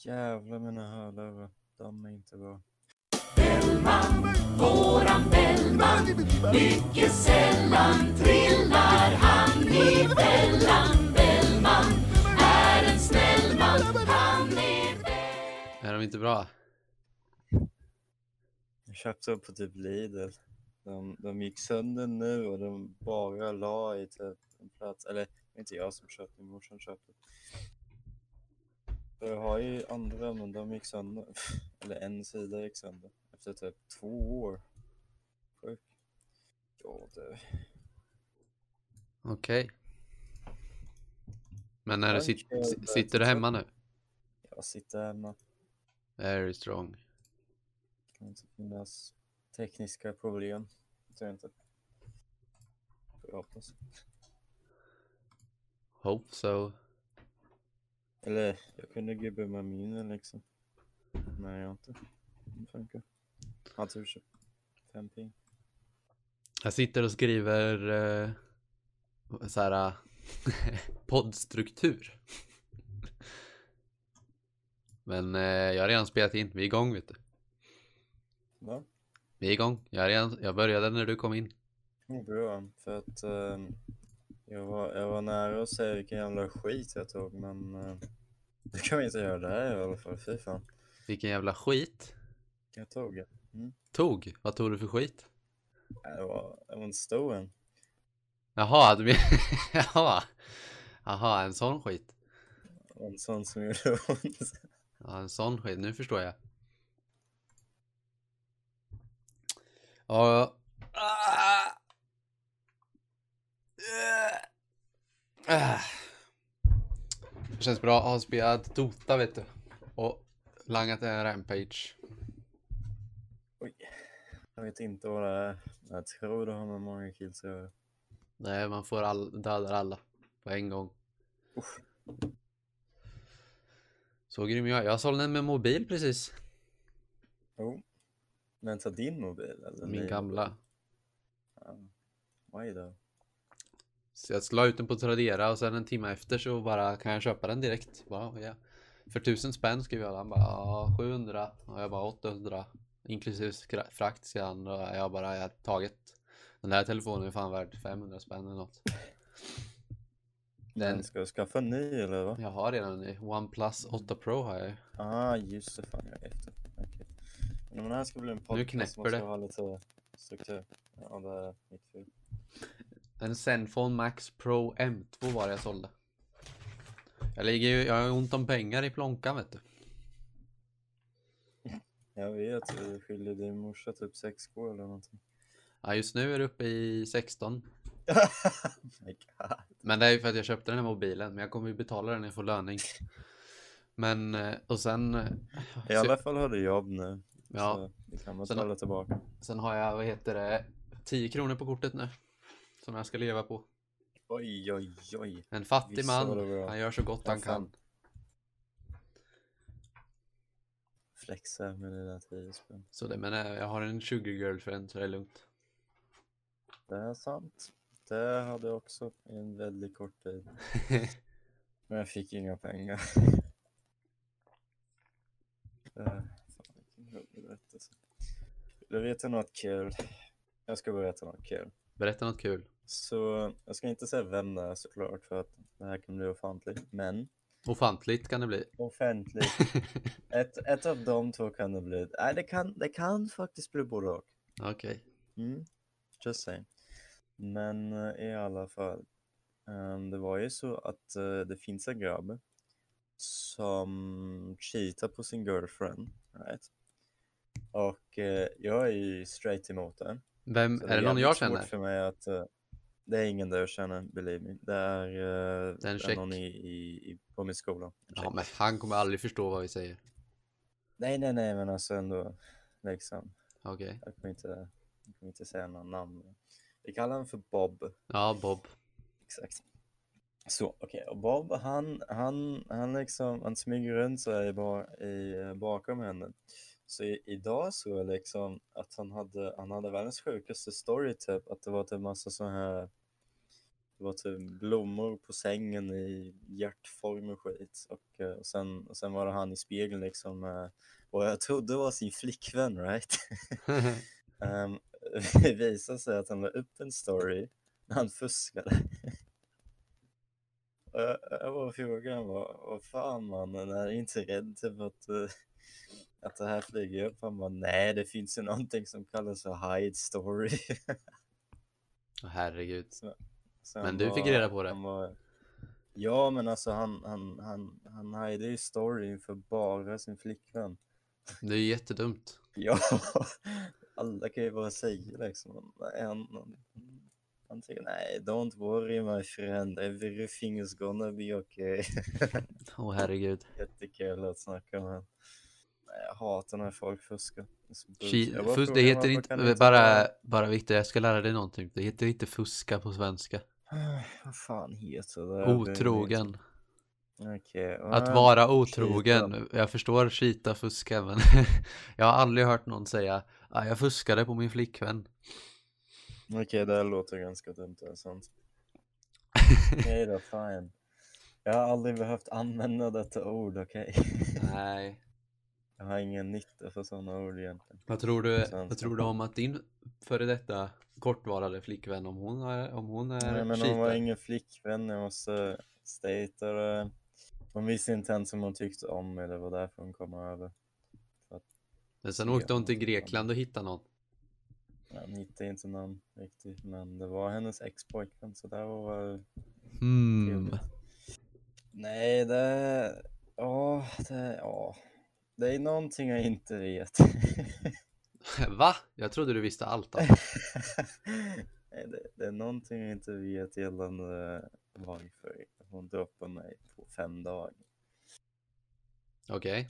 Jävlar mina hörlurar. De är inte bra. Bellman, våran Bellman. Mycket sällan trillar han i fällan. Bellman är en snäll man. Han är Är de inte bra? Jag köpte upp på typ Lidl. De gick sönder nu och de bara la i typ en plats. Eller inte jag som köpte, min morsan köpte. Jag har ju andra, men de gick sönder. Eller en sida gick sönder. Efter typ 2 år. Sjukt. Ja, det... Okej. Men när du Okej, sitter du hemma nu? Jag sitter hemma. Very strong. Det kan inte finnas tekniska problem. Jag tror inte. Jag hoppas. Hope so. Eller jag kunde gubba med minen liksom. Men jag inte. Det funkar. Han tur 5 ping. Jag sitter och skriver så här poddstruktur. Men jag har redan spelat in. Vi är igång, vet du. Va? Vi är igång. Jag började när du kom in. Bra, för att jag var nära att säga vilken jävla skit jag tog, men det kan vi inte göra det här i alla fall. Fy fan. Vilken jävla skit. Jag tog det. Tog? Vad tog du för skit? Det var en stor en. Jaha, Jaha, en sån skit. En sån som gjorde ont. Ja, en sån skit. Nu förstår jag. Ja. Det känns bra att ha spelat Dota, vet du. Och langat en Rampage. Oj. Jag vet inte vad det är. Jag tror det har med många kills att göra. Nej, man får dödar alla på en gång. Uff. Så grym jag. Jag sålde den med mobil precis. Jo. Men ta din mobil eller? Min gamla. Ja. Why då? Så jag la ut den på Tradera och sen en timme efter så bara kan jag köpa den direkt. Bara, ja. För 1000 spänn skrev jag. Han bara, ja, 700. Och jag bara 800. Inklusive frakt sedan. Och jag bara, jag har tagit. Den här telefonen är fan värd 500 spänn eller något. Den ska du skaffa en ny eller vad? Jag har redan en ny. OnePlus 8 Pro har jag ju. Just det, fan jag är efter. Okej. Men om det här ska bli en podcast Nu knäpper måste det. jag ha lite struktur. Ja, det är mitt fel. En Zenfone Max Pro M2 var det jag sålde. Jag har ont om pengar i plånkan, vet du. Jag vet, du skiljer din morsa typ 6 år eller någonting. Ja, just nu är det uppe i 16. My God. Men det är ju för att jag köpte den här mobilen. Men jag kommer ju betala den när jag får löning. Men, och sen... I alla fall har du jobb nu. Ja. Så det kan man ställa tillbaka. Sen har jag, 10 kronor på kortet nu. Som jag ska leva på. Oj. En fattig Visst var man. det bra. Han gör så gott han kan. Flexa med det där 10 spänn. Så det, men jag har en sugar girlfriend så det är lugnt. Det är sant. Det hade jag också i en väldigt kort tid. Men jag fick inga pengar. Fan, vilken rolig berättelse. Du vet något kul. Jag ska berätta något kul. Berätta något kul. Så jag ska inte säga vem det är såklart för att det här kan bli offentligt. Men Ofantligt kan det bli. offentligt. ett av de två kan det bli. Nej, det kan faktiskt bli både och. Okej. Just saying. Men i alla fall. Det var ju så att det finns en grabb som cheatar på sin girlfriend. Right? Och jag är ju straight emot det. Vem? Så Är det någon jag svårt känner? för mig att det är ingen där jag känner, believe me. Det är någon på min skola. Ja, men han kommer aldrig förstå vad vi säger. Nej, men alltså ändå liksom. Okej. Jag kommer inte säga någon namn. Vi kallar honom för Bob. Ja, Bob. Exakt. Så, okej. Och Bob, han liksom, han smyger runt sig bakom henne. Så idag så liksom att han hade världens sjukaste story typ. Att det var typ massa så här Det var typ blommor på sängen i hjärtform och skit. Och sen var det han i spegeln liksom. Och jag trodde det var sin flickvän, right? Det visade sig att han la upp en story när han fuskade. Och jag var frågan vad fan mannen, är inte rädd typ att det här flyger upp? Han bara, nej det finns ju någonting som kallas för hide story. Herregud. Så Men du fick reda på det. Ja, men alltså han hade ju storyn för bara sin flickvän. Det är ju jättedumt. Ja, alla kan ju bara säga liksom. Han säger nej, don't worry my friend, everything is gonna be okay. Herregud. Jättekul att snacka med. Nej, jag hatar när folk fuskar. Det heter inte, bara Victor, jag ska lära dig någonting. Det heter inte fuska på svenska. Vad fan heter det? Otrogen. Okay. Att vara otrogen. Cheata. Jag förstår cheata, fuska, men jag har aldrig hört någon säga jag fuskade på min flickvän. Okej, det låter ganska dumt, det är sant. Okej då, fine. Jag har aldrig behövt använda detta ord, okej? Nej. Jag har ingen nytta för sådana ord egentligen. Vad tror du om att din före detta kortvarade flickvän, om hon är Nej, men cheater? hon var ingen flickvän, jag måste statea det. Hon visste inte ens om hon tyckte om eller vad därför hon kom över. Men sen åkte hon till Grekland och hittade någon. Jag hittade inte någon riktigt, men det var hennes ex-pojkvän, så det var Nej, det är någonting jag inte vet. Va? Jag trodde du visste allt då. Nej, det är någonting jag inte vet gällande varför hon droppade mig på 5 dagar. Okej.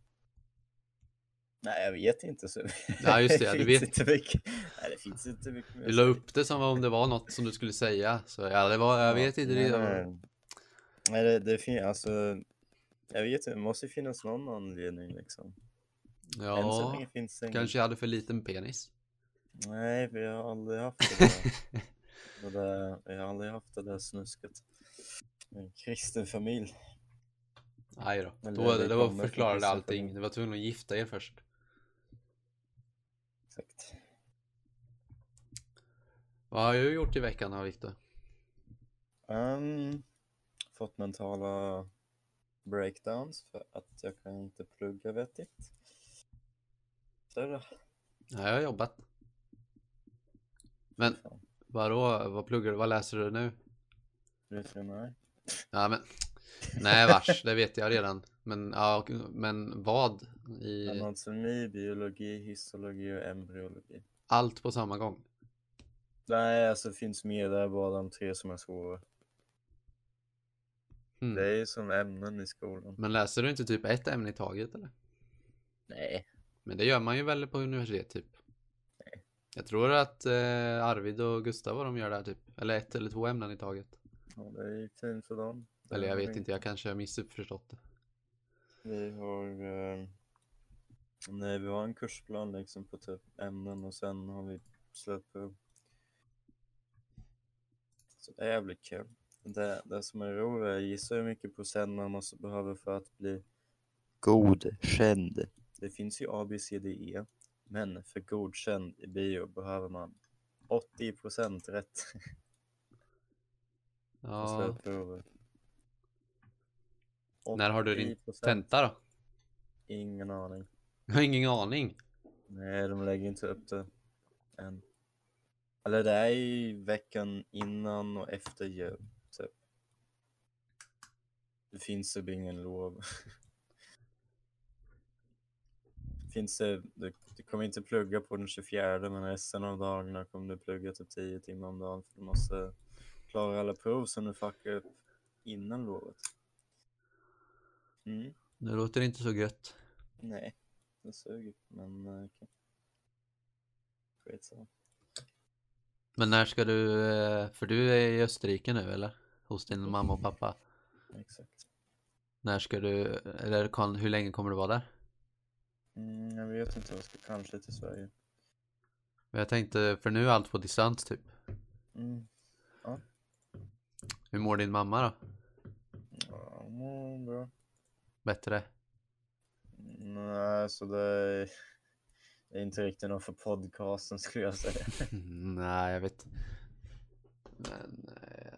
Nej, jag vet inte så. Ja, just det, du vet inte mycket. Nej, det finns inte mycket mer. Du la upp det som om det var något som du skulle säga. Så jag vet inte det. Nej, det finns alltså. Jag vet inte, det måste finnas någon anledning liksom. Ja, kanske jag hade för liten penis. Nej, vi har aldrig haft det där. Vi har aldrig haft det där snusket. En kristen familj. Nej då. Det var förklarade allting. Det var tvungen att gifta er först. Exakt. Vad har du gjort i veckan då, Victor? Fått mentala breakdowns för att jag kan inte plugga vettigt. Så Ja, jag har jobbat. Men vad pluggar du? Vad läser du nu? Veterinär. Ja, men nej, vars, det vet jag redan. Men vad? Anatomi, biologi, histologi och embryologi. Allt på samma gång? Nej, alltså det finns mer där, bara de 3 som är svåra. Det är ju som ämnen i skolan. Men läser du inte typ ett ämne i taget eller? Nej. Men det gör man ju väl på universitet typ. Nej. Jag tror att Arvid och Gustav vad de gör där typ. Eller 1 eller 2 ämnen i taget. Ja, det är ju fint för dem. Eller jag vet inte, jag kanske har missuppförstått det. Vi har en kursplan liksom på typ ämnen och sen har vi slutprov. Så det är jävligt kul. Det som är roligt är, jag gissar hur mycket procent man måste behöva för att bli godkänd. Det finns ju A, B, C, D, E. Men för godkänd i bio behöver man 80% rätt. Ja. När har du din tenta då? Ingen aning. Jag har ingen aning. Nej, de lägger inte upp det än. Eller det är i veckan innan och efter jul, typ. Det finns typ ingen lov. Du kommer inte plugga på den 24, men resten av dagarna kommer du plugga typ 10 timmar om dagen. För du måste klara alla prov som du fuckar upp innan lovet. Det låter inte så gött. Nej, det suger, men okej. Skitsamma. Men när ska du, för du är i Österrike nu eller? Hos din mamma och pappa. Exakt. När ska du, eller hur länge kommer du vara där? Jag vet inte, jag ska kanske till Sverige. Jag tänkte, för nu är allt på distans typ. Ja. Hur mår din mamma då? Ja, bra. Bättre? Nej, så det är inte riktigt något för podcasten skulle jag säga. Nej, jag vet. Men...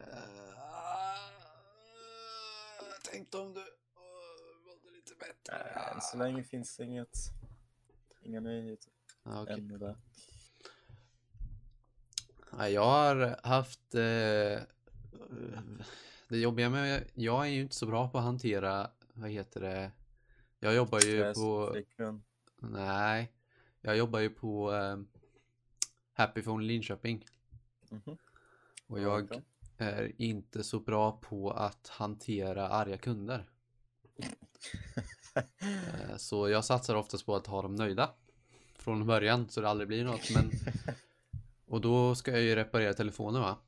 jag tänkte om du mådde lite bättre. Nej, än så länge finns det inga nyheter Okej. ännu där. Ja, jag har haft det jobbiga med, jag är ju inte så bra på att hantera, vad heter det, jag jobbar ju Stress, på, flickvän. nej, jag jobbar ju på Happy Phone Linköping Mhm. och Ja, jag bra. är inte så bra på att hantera arga kunder. Så jag satsar oftast på att ha dem nöjda från början så det aldrig blir något, men och då ska jag ju reparera telefonen, va?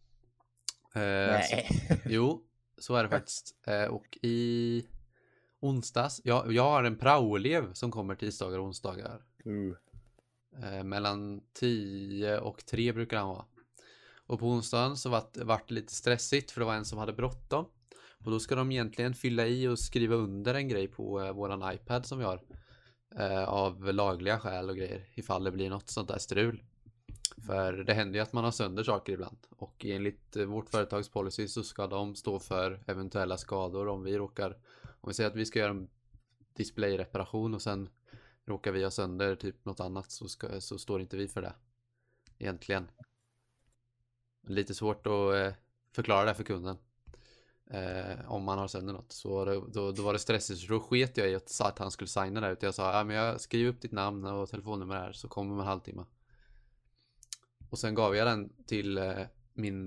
Nej. Jo, så är det faktiskt. Och i onsdags, jag har en praoelev som kommer tisdagar och onsdagar. Mellan 10 och 3 brukar han vara. Och på onsdagen så vart det lite stressigt för det var en som hade bråttom. Och då ska de egentligen fylla i och skriva under en grej på våran iPad som vi har. Av lagliga skäl och grejer, ifall det blir något sånt där strul. För det händer ju att man har sönder saker ibland. Och enligt vårt företags policy så ska de stå för eventuella skador om vi säger att vi ska göra en displayreparation och sen råkar vi ha sönder typ något annat så står inte vi för det. Egentligen. Lite svårt att förklara det för kunden. Om man har sönder något. Så då var det stressigt. Så då sket jag i att sa att han skulle signa det ut. Jag sa, ja men jag skriver upp ditt namn och telefonnummer här så kommer om en halvtimme. Och sen gav jag den till min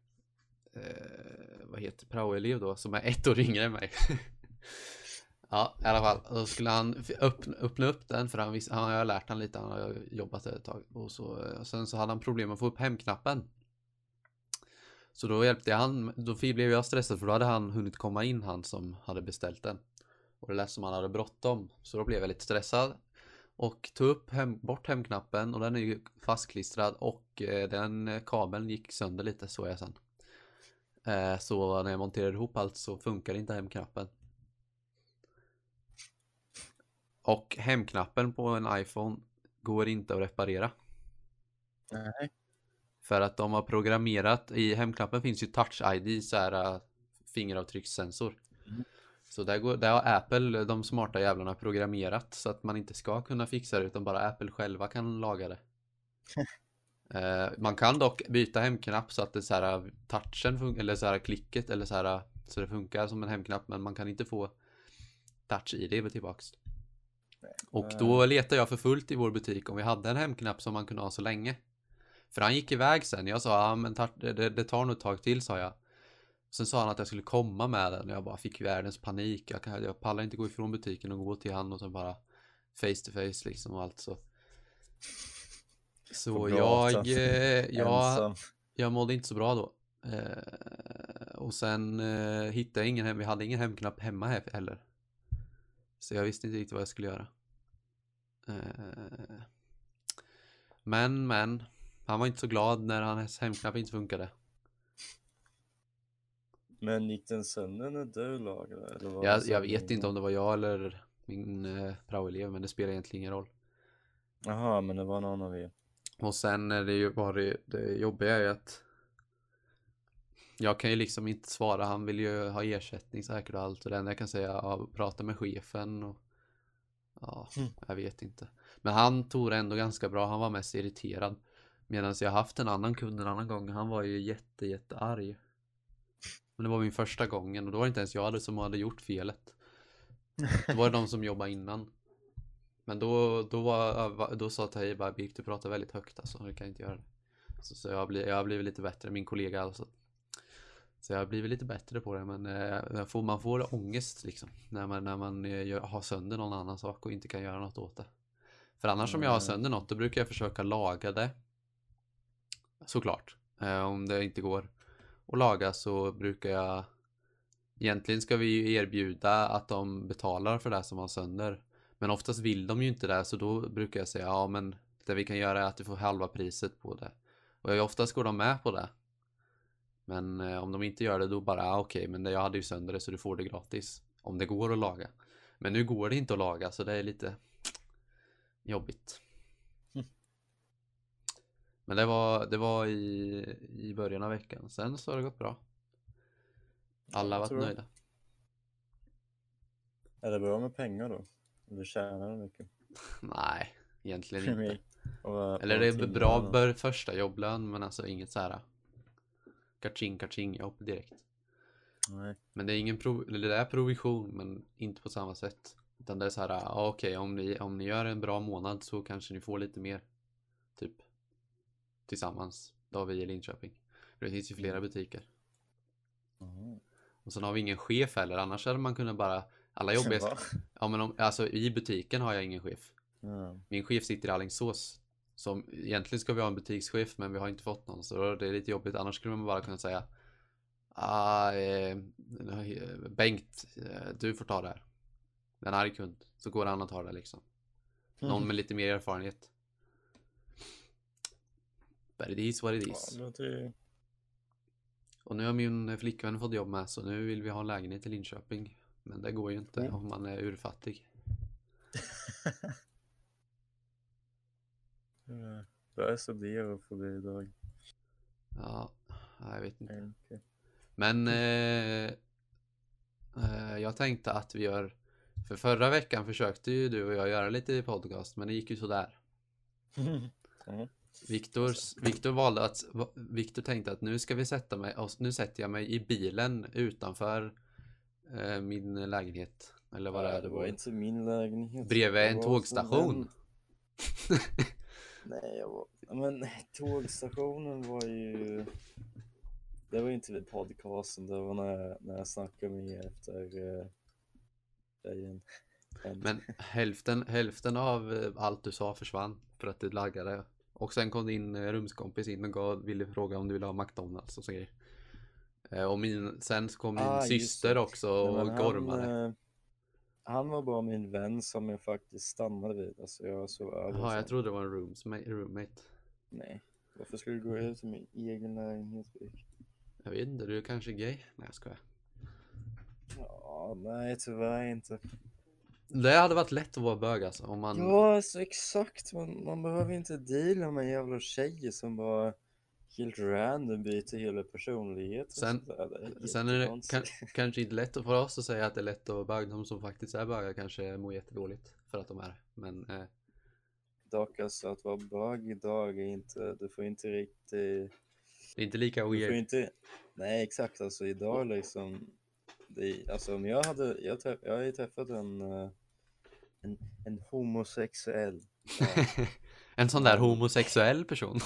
vad heter praoelev då, som är 1 år yngre än mig. Ja, i alla fall. Då skulle han öppna upp den för han har lärt han lite, han har jobbat ett tag. Och sen så hade han problem att få upp hemknappen. Så då hjälpte jag han, då blev jag stressad för då hade han hunnit komma in, han som hade beställt den. Och det lät som han hade bråttom, så då blev jag lite stressad. Och tog upp bort hemknappen och den är ju fastklistrad och den kabeln gick sönder lite, så jag sen. Så när jag monterade ihop allt så funkar inte hemknappen. Och hemknappen på en iPhone går inte att reparera. Nej. För att de har programmerat, i hemknappen finns ju Touch ID, så här fingeravtryckssensor. Så där har Apple, de smarta jävlarna, programmerat så att man inte ska kunna fixa det utan bara Apple själva kan laga det. Man kan dock byta hemknapp så att det så här touchen eller så här klicket eller så det funkar som en hemknapp, men man kan inte få Touch ID tillbaks. Och då letar jag för fullt i vår butik om vi hade en hemknapp som man kunde ha så länge. För han gick iväg sen. Jag sa, ja men det tar nog ett tag till, sa jag. Sen sa han att jag skulle komma med den och jag bara fick världens panik. Jag pallar inte gå ifrån butiken och gå till han och sen bara face to face liksom och allt så. Så jag mådde inte så bra då. Och sen hittade jag vi hade ingen hemknapp hemma heller. Så jag visste inte riktigt vad jag skulle göra. Men han var inte så glad när hans hemknapp inte funkade. Men gick den sönder när du lagade? Eller var Jag vet inte om det var jag eller min praoelev, men det spelar egentligen ingen roll. Jaha, men det var någon av er. Och sen är det ju bara det jobbiga är att jag kan ju liksom inte svara. Han vill ju ha ersättning säkert och allt. Och det enda jag kan säga är att prata med chefen och jag vet inte. Men han tog det ändå ganska bra. Han var mest irriterad. Medan jag haft en annan kund en annan gång. Han var ju jättearg. Men det var min första gången. Och då var det inte ens jag som hade gjort felet. Då var det de som jobbade innan. Men då sa Tahi bara, Birk, du pratar väldigt högt alltså. Det kan jag inte göra det. Så jag har blivit lite bättre. Min kollega alltså. Så jag har blivit lite bättre på det. Men man får ångest liksom. När man har sönder någon annan sak och inte kan göra något åt det. För annars om jag har sönder något, då brukar jag försöka laga det. Såklart. Om det inte går att laga så brukar jag... Egentligen ska vi ju erbjuda att de betalar för det som har sönder. Men oftast vill de ju inte det, så då brukar jag säga ja men det vi kan göra är att du får halva priset på det. Och oftast går de med på det. Men om de inte gör det då bara okej, men jag hade ju sönder det så du får det gratis. Om det går att laga. Men nu går det inte att laga så det är lite jobbigt. Men det var i början av veckan. Sen så har det gått bra. Alla har varit nöjda. Är det bra med pengar då? Du tjänar mycket? Nej, egentligen inte. Eller det är bra första jobblön, men alltså inget så här kaching jobb direkt. Nej. Men det är ingen det är provision, men inte på samma sätt. Utan det är så här, okej, om ni gör en bra månad så kanske ni får lite mer typ tillsammans. Då har vi i Linköping. Det finns ju flera butiker. Och sen har vi ingen chef heller. Annars hade man kunnat bara alla jobbiga. Ja, men alltså i butiken har jag ingen chef. Min chef sitter i Alingsås. Som egentligen ska vi ha en butikschef, men vi har inte fått någon. Så det är lite jobbigt. Annars skulle man bara kunna säga Bengt, du får ta det här. Den här är kund. Så går han och tar det liksom. Någon med lite mer erfarenhet. But it is what it is. Ja, och nu har min flickvän fått jobb med, så nu vill vi ha en lägenhet i Linköping. Men det går ju inte om man är urfattig. Vad är så det att få det idag? Ja, jag vet inte. Okay. Men jag tänkte att vi gör... För förra veckan försökte ju du och jag göra lite podcast, men det gick ju sådär. Viktor valde att... Viktor tänkte att nu ska vi sätta mig... Nu sätter jag mig i bilen utanför min lägenhet. Eller vad det var inte min lägenhet. Bredvid en tågstation. Nej, men tågstationen var ju... Det var inte vid podcasten, det var när jag snackade med efter tjejen. Men hälften av allt du sa försvann för att det laggade. Och sen kom din rumskompis in och ville fråga om du ville ha McDonalds och så grejer. Och sen kom min syster också och gormade. Han var bara min vän som jag faktiskt stannade vid. Alltså Jaha, jag trodde det var en roommate. Nej, varför skulle du gå ut i min egen lägenhet? Jag vet inte, du är kanske gay? Nej, jag skojar. Ja, nej, tyvärr inte. Det hade varit lätt att vara bög alltså, om man... Ja, så exakt. Man behöver inte deala med jävla tjejer som bara helt random byter hela personlighet. Sen är det kanske inte lätt för oss att säga att det är lätt att vara bög. De som faktiskt är bögar kanske mår jättedåligt för att de är. Men... Dock alltså att vara bög idag är inte... Du får inte riktigt... Det är inte lika weird. Du får inte... Nej, exakt. Alltså idag liksom... Alltså om jag har ju träffat en homosexuell. En sån där homosexuell person.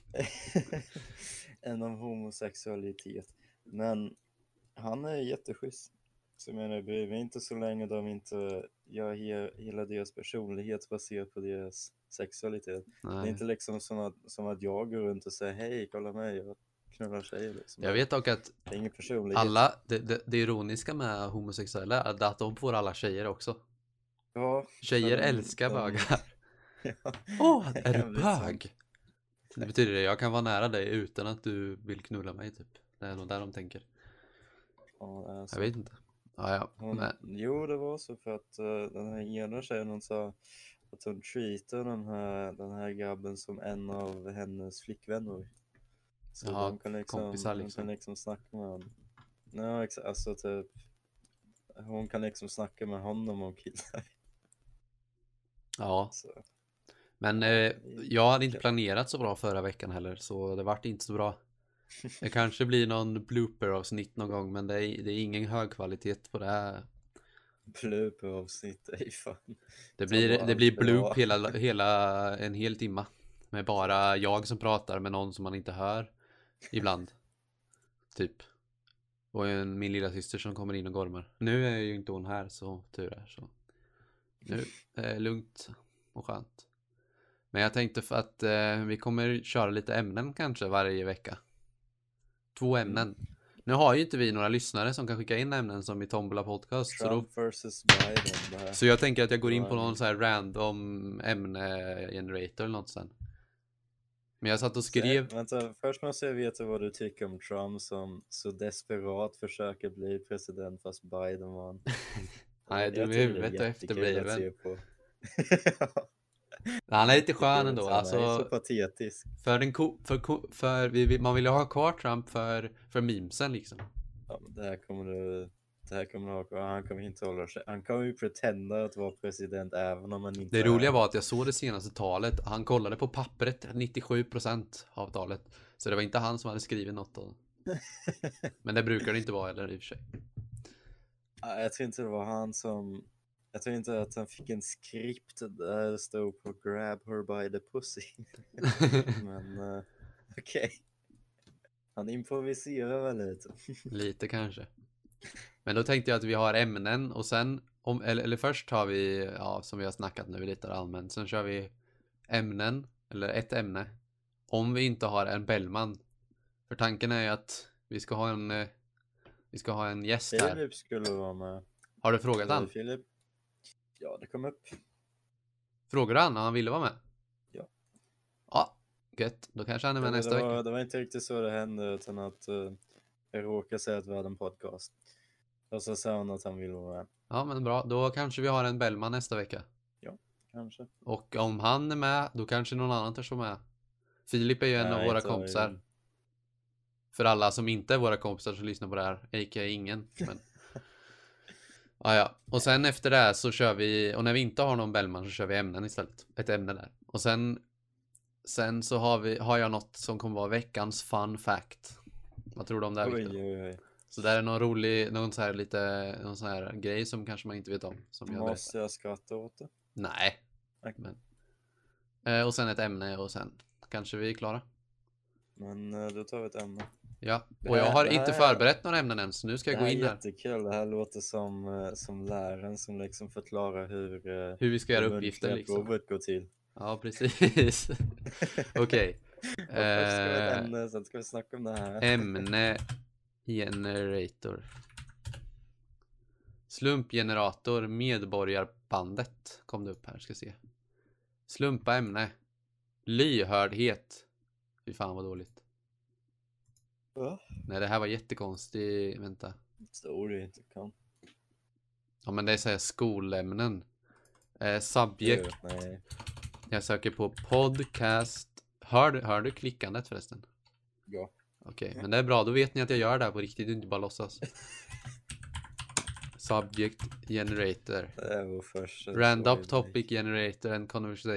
En av homosexualitet. Men han är jätteschysst. Så jag menar, jag bryr mig inte så länge de inte gör hela deras personlighet baserat på deras sexualitet. Nej. Det är inte liksom som att jag går runt och säger hej, kolla mig, jag knullar tjejer liksom. Jag vet dock att det är ingen personlighet. Det ironiska med homosexuella är att de får alla tjejer också. Ja. Tjejer älskar bögar. Åh, är du bög? Det betyder det, jag kan vara nära dig utan att du vill knulla mig typ. Det är nog där de tänker. Ja, jag vet inte. Jo, det var så för att den här ena tjejen, hon sa att hon treatar den här grabben som en av hennes flickvänner. Så de kan kompisar liksom. Hon kan liksom snacka med honom. Ja, alltså typ hon kan liksom snacka med honom om killar. Ja. Så. Men jag hade inte planerat så bra förra veckan heller, så det vart inte så bra. Det kanske blir någon blooper-avsnitt någon gång, men det är ingen hög kvalitet på det här. Blooper-avsnitt, ej fan. Det blir bloop hela en hel timma. Med bara jag som pratar med någon som man inte hör ibland. Typ. Och min lilla syster som kommer in och gormar. Nu är ju inte hon här, så tur är så. Nu är det lugnt och skönt. Men jag tänkte för att vi kommer köra lite ämnen kanske varje vecka. 2 ämnen. Nu har ju inte vi några lyssnare som kan skicka in ämnen som i Tombola podcast. Trump versus Biden. Så jag tänker att jag går in på någon så här random ämne-generator eller något sen. Men jag satt och skrev... Vänta, först måste jag veta vad du tycker om Trump som så desperat försöker bli president fast Biden vann. Nej, du Jag är tycker huvudet och det är jättekul att efterbliven. se på. Han är lite skön ändå. Han är så Alltså, patetisk. man vill ju ha kvar Trump för memesen liksom. Ja, men det här kommer du ha kvar. Han kommer inte hålla sig. Han kommer ju pretenda att vara president även om han inte Det roliga var att jag såg det senaste talet. Han kollade på pappret 97% av talet. Så det var inte han som hade skrivit något. Men det brukar det inte vara eller i och för sig. Jag tror inte det var han som... Jag tror inte att han fick en skript där det stod på grab her by the pussy. Men okej. Han improviserar väl lite. Lite kanske. Men då tänkte jag att vi har ämnen och sen eller först har vi, ja, som vi har snackat nu lite allmänt. Sen kör vi ämnen eller ett ämne. Om vi inte har en Bellman. För tanken är ju att vi ska ha en gäst här. Filip skulle vara med. Har du frågat han? Filip? Ja, det kom upp. Frågade han om han ville vara med? Ja. Ja, gött. Då kanske han är med nästa vecka. Det var inte riktigt så det hände utan att jag råkade säga att vi hade en podcast. Och så sa han att han ville vara med. Ja, men bra. Då kanske vi har en Bellman nästa vecka. Ja, kanske. Och om han är med, då kanske någon annan törs vara med. Filip är ju en av våra kompisar. För alla som inte är våra kompisar som lyssnar på det här, a.k.a. ingen. Men... ja. Och sen efter det här så kör vi, och när vi inte har någon Bellman så kör vi ämnen istället. Ett ämne där. Och sen så har jag något som kommer vara veckans fun fact. Vad tror du om det här, Victor? Oj. Så det är någon så här grej som kanske man inte vet om. Som jag Måste jag skratta åt det? Nej. Okay. Men, och sen ett ämne och sen kanske vi är klara. Men då tar vi ett ämne. Ja, och jag har inte förberett några ämnen än, så nu ska jag gå in här. Det här är jättekul, det här låter som läraren som liksom förklarar hur vi ska göra uppgifter liksom. Provet går till. Ja, precis. Okej. Sen ska vi snacka om det här. Ämne generator. Slumpgenerator medborgarbandet kom det upp här, ska se. Slumpa ämne. Lyhördhet. Fy fan vad dåligt. Va? Nej, det här var jättekonstigt. Vänta. Står det inte kan. Ja, men det är så här skolämnen. Subject. Nej. Jag söker på podcast. Hör du klickandet förresten? Ja. Okej, men det är bra. Då vet ni att jag gör det här på riktigt, inte bara låtsas. Subject generator. Det är vår första. Random topic generator and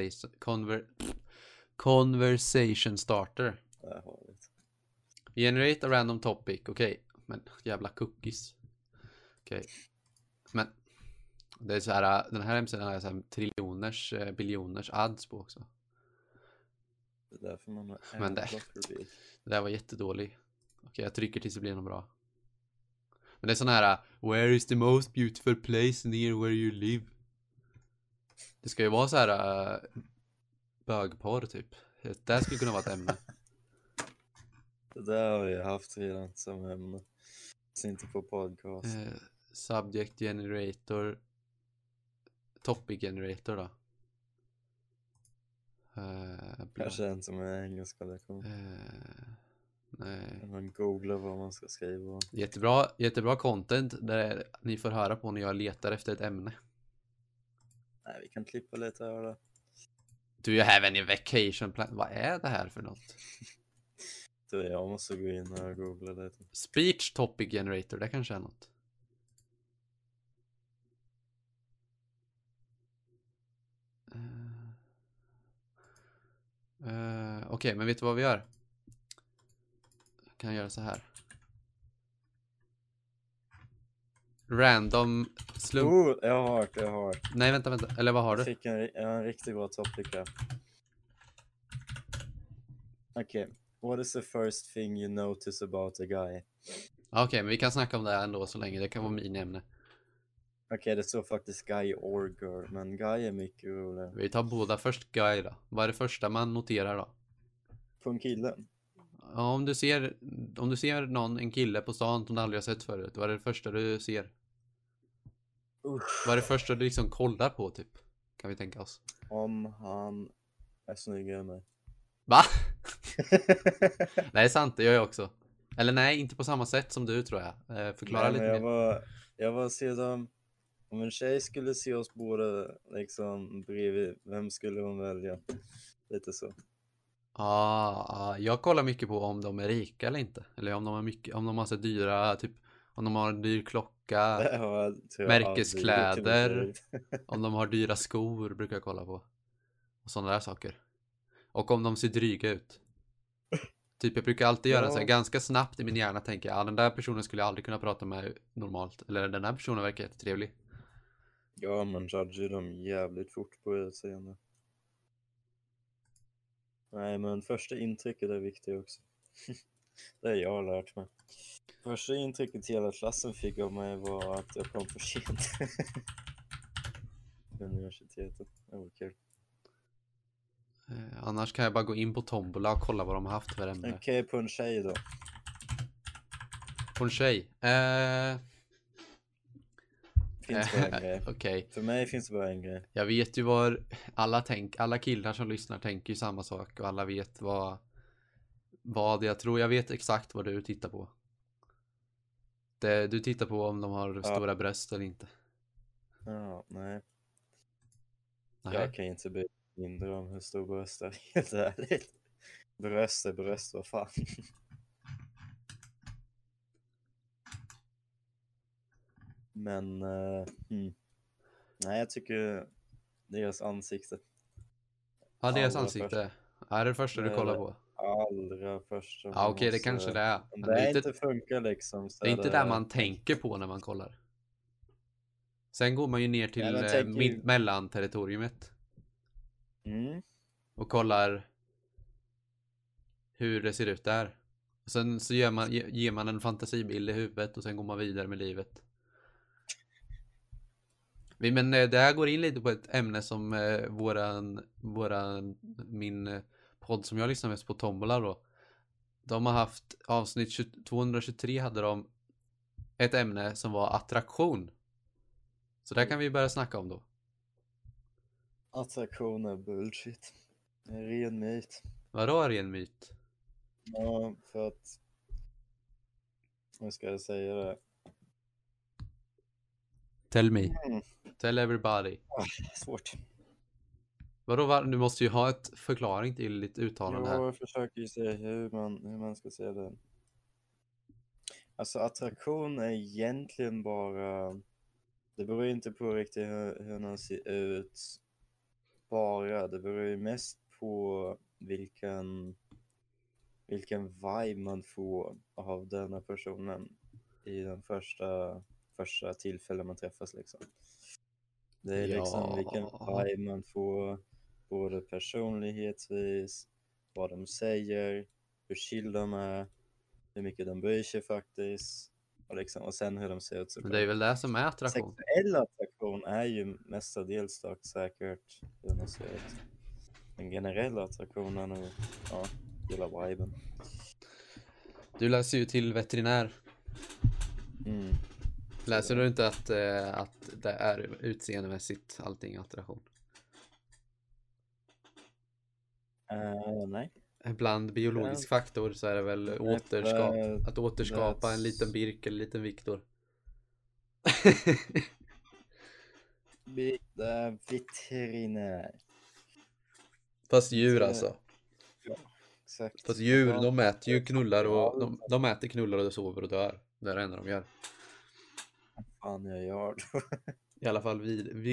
conversation starter. Där har vi det. Generate a random topic. Okej, men jävla cookies. Okej. Men det är så här, den här hemsidan har så här triljoners, biljoners ads på också. Det är därför man har men det där var jättedålig. Okej, jag trycker tills det blir något bra. Men det är sån här, where is the most beautiful place near where you live? Det ska ju vara så här bögporr typ. Det skulle kunna vara ett ämne. Det där har vi haft redan som ämne. Så inte på podcast. Subject generator. Topic generator då. Kanske en som är engelska lektion. Nej. Man googlar vad man ska skriva. Jättebra content där ni får höra på när jag letar efter ett ämne. Nej, vi kan klippa lite här då. Do you have any vacation plan? Vad är det här för något? Jag måste gå in och googla lite. Speech topic generator, det kanske är något. Okej, men vet du vad vi gör? Jag kan göra så här. Random slump. Jag har. Nej, vänta. Eller vad har du? Jag fick en riktigt bra topic här. Okej. What is the first thing you notice about a guy? Okej, men vi kan snacka om det här ändå så länge. Det kan vara min ämne. Okej, det står faktiskt guy or girl. Men guy är mycket roligare. Vi tar båda först guy då. Vad är det första man noterar då? På en kille? Ja, om du ser en kille på stan som du aldrig har sett förut. Vad är det första du ser? Vad är det första du liksom kollar på typ? Kan vi tänka oss. Om han är snyggare än mig. Va? Nej, sant, det gör jag också. Eller nej, inte på samma sätt som du tror jag. Förklara Nej, lite men mer. jag var sedan, om en tjej skulle se oss båda liksom bredvid, vem skulle hon välja? Lite så. Jag kollar mycket på om de är rika eller inte. Eller om de har mycket, om de har så dyra, typ om de har en dyr klocka, Det har jag, tror jag, aldrig gjort i mitt märkeskläder, liv. om de har dyra skor brukar jag kolla på. Och sådana där saker. Och om de ser dryga ut. Typ jag brukar alltid göra så här, Ja. ganska snabbt i min hjärna tänker jag, den där personen skulle jag aldrig kunna prata med normalt. Eller den där personen verkar jättetrevlig. Ja, man judgar dem jävligt fort på utseende. Nej, men första intrycket är viktigt också. Det har jag lärt mig. Första intrycket hela klassen fick av mig var att jag kom för sent. Universitetet. Det var kul. Annars kan jag bara gå in på Tombola och kolla vad de har haft för ämne. Okej, på en tjej då. På en tjej. Finns bara en grej. Okej. För mig finns det bara en grej. Jag vet ju alla killar som lyssnar tänker ju samma sak och alla vet vad jag tror. Jag vet exakt vad du tittar på. Du tittar på om de har stora bröst eller inte. Ja, nej. Nej. Jag kan inte bli mindre om hur stor bröst är, helt ärligt. Bröst är bröst, vad fan. Men, nej, jag tycker deras ansikte. Ja, deras allra ansikte. Är det första du kollar på? Allra första. Ja, okej, det kanske det är. Om Men det inte funkar liksom. Så det är inte där man tänker på när man kollar. Sen går man ju ner till mellanterritoriumet. Och kollar hur det ser ut där. Och sen så ger man en fantasibild i huvudet och sen går man vidare med livet. Men det här går in lite på ett ämne som min podd som jag lyssnar mest på, Tombola då. De har haft avsnitt 223 hade de ett ämne som var attraktion. Så där kan vi börja snacka om då. Attraktion är bullshit. Det är en ren myt. Vadå är en myt? Ja, för att... Hur ska jag säga det? Tell me. Tell everybody. Svårt. Vadå, du måste ju ha ett förklaring till ditt uttalande här. Jag försöker ju se hur man ska säga det. Alltså attraktion är egentligen bara... Det beror inte på riktigt hur man ser ut. Bara, det beror ju mest på vilken vibe man får av denna personen i den första tillfället man träffas liksom. Det är liksom vilken vibe man får, både personlighetsvis, vad de säger, hur chill de är, hur mycket de bryr sig faktiskt och sen hur de ser ut. Men det är väl det som är attraktion. Sexuell attraktion är ju mestadels dock säkert hur man ser ut. Den generella attraktionen är gilla viben. Du läser ju till veterinär. Läser du inte att det är utseendemässigt allting attraktion? Nej. Bland biologisk faktor så är det väl att återskapa en liten Birk eller en liten Viktor. Veterinär. Fast djur alltså. Ja, exakt. Fast djur, de äter ju knullar och de äter knullar och sover och dör. Det är det enda de gör. Vad fan jag gör då? I alla fall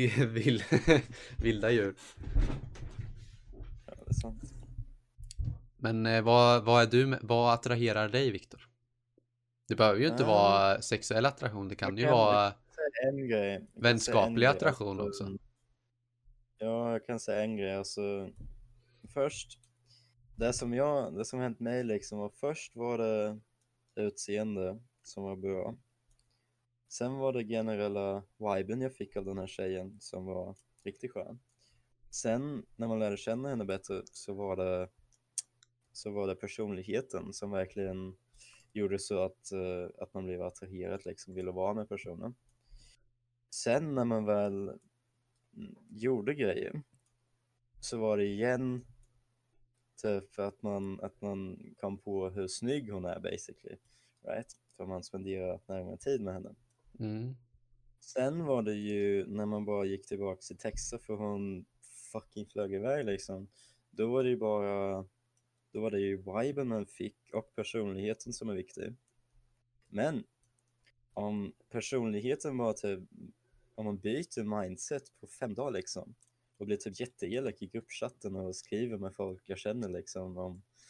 vilda djur. Ja, det är sant. Men vad attraherar dig, Viktor? Det behöver ju inte vara sexuell attraktion. Det kan ju vara en grej. vänskaplig attraktion också. Ja, jag kan säga en grej. Alltså, först, det som hänt mig liksom var först var det utseende som var bra. Sen var det generella viben jag fick av den här tjejen som var riktigt skön. Sen när man lärde känna henne bättre så var det personligheten som verkligen gjorde så att man blev attraherad, liksom ville vara med personen. Sen när man väl gjorde grejer så var det igen Typ för att man kom på hur snygg hon är basically. Right? För man spenderar närmare tid med henne. Mm. Sen var det ju när man bara gick tillbaka till texter för hon fucking flög iväg liksom. Då var det ju bara, då var det ju viben man fick och personligheten som är viktig. Men om personligheten var typ, om man byter mindset på 5 dagar liksom och blir typ jätteelak i gruppchatten och skriver med folk jag känner liksom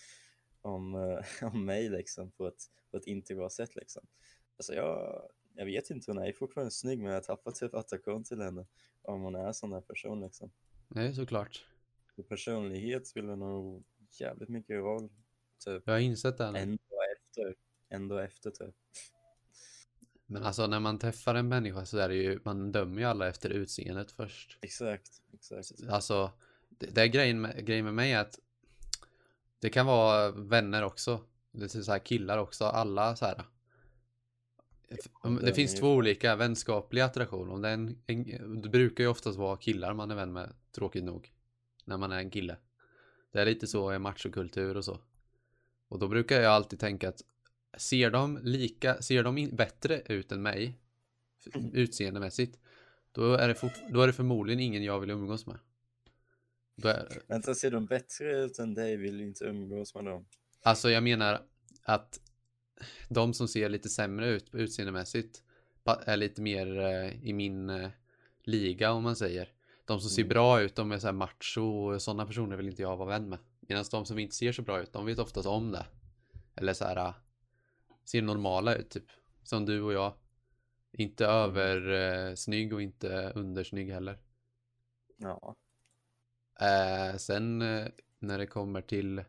om mig liksom på ett inte bra sätt liksom. Alltså jag vet inte, hon är fortfarande snygg men jag tappar typ attraktion till henne om hon är en sån där person liksom. Nej, såklart. Så personlighet spelar nog jävligt mycket roll typ. Jag har insett det nu. Ändå efter typ. Men alltså när man träffar en människa så är det ju, man dömer ju alla efter utseendet först. Exakt. Alltså, det är grejen med mig är att det kan vara vänner också. Det är så här killar också, alla så här. Det finns två olika vänskapliga attraktioner. Om det, det brukar ju oftast vara killar man är vän med, tråkigt nog. När man är en kille. Det är lite så i machokultur och så. Och då brukar jag alltid tänka att ser de bättre ut än mig utseendemässigt, då är det förmodligen ingen jag vill umgås med. Vänta, ser de bättre ut än dig vill inte umgås med dem? Alltså jag menar att de som ser lite sämre ut utseendemässigt är lite mer i min liga om man säger. De som ser bra ut, de är så här macho och sådana personer vill inte jag vara vän med. Medan de som inte ser så bra ut, de vet oftast om det. Eller så här ser normala ut typ. Som du och jag. Inte översnygg och inte undersnygg heller. Ja. Sen när det kommer till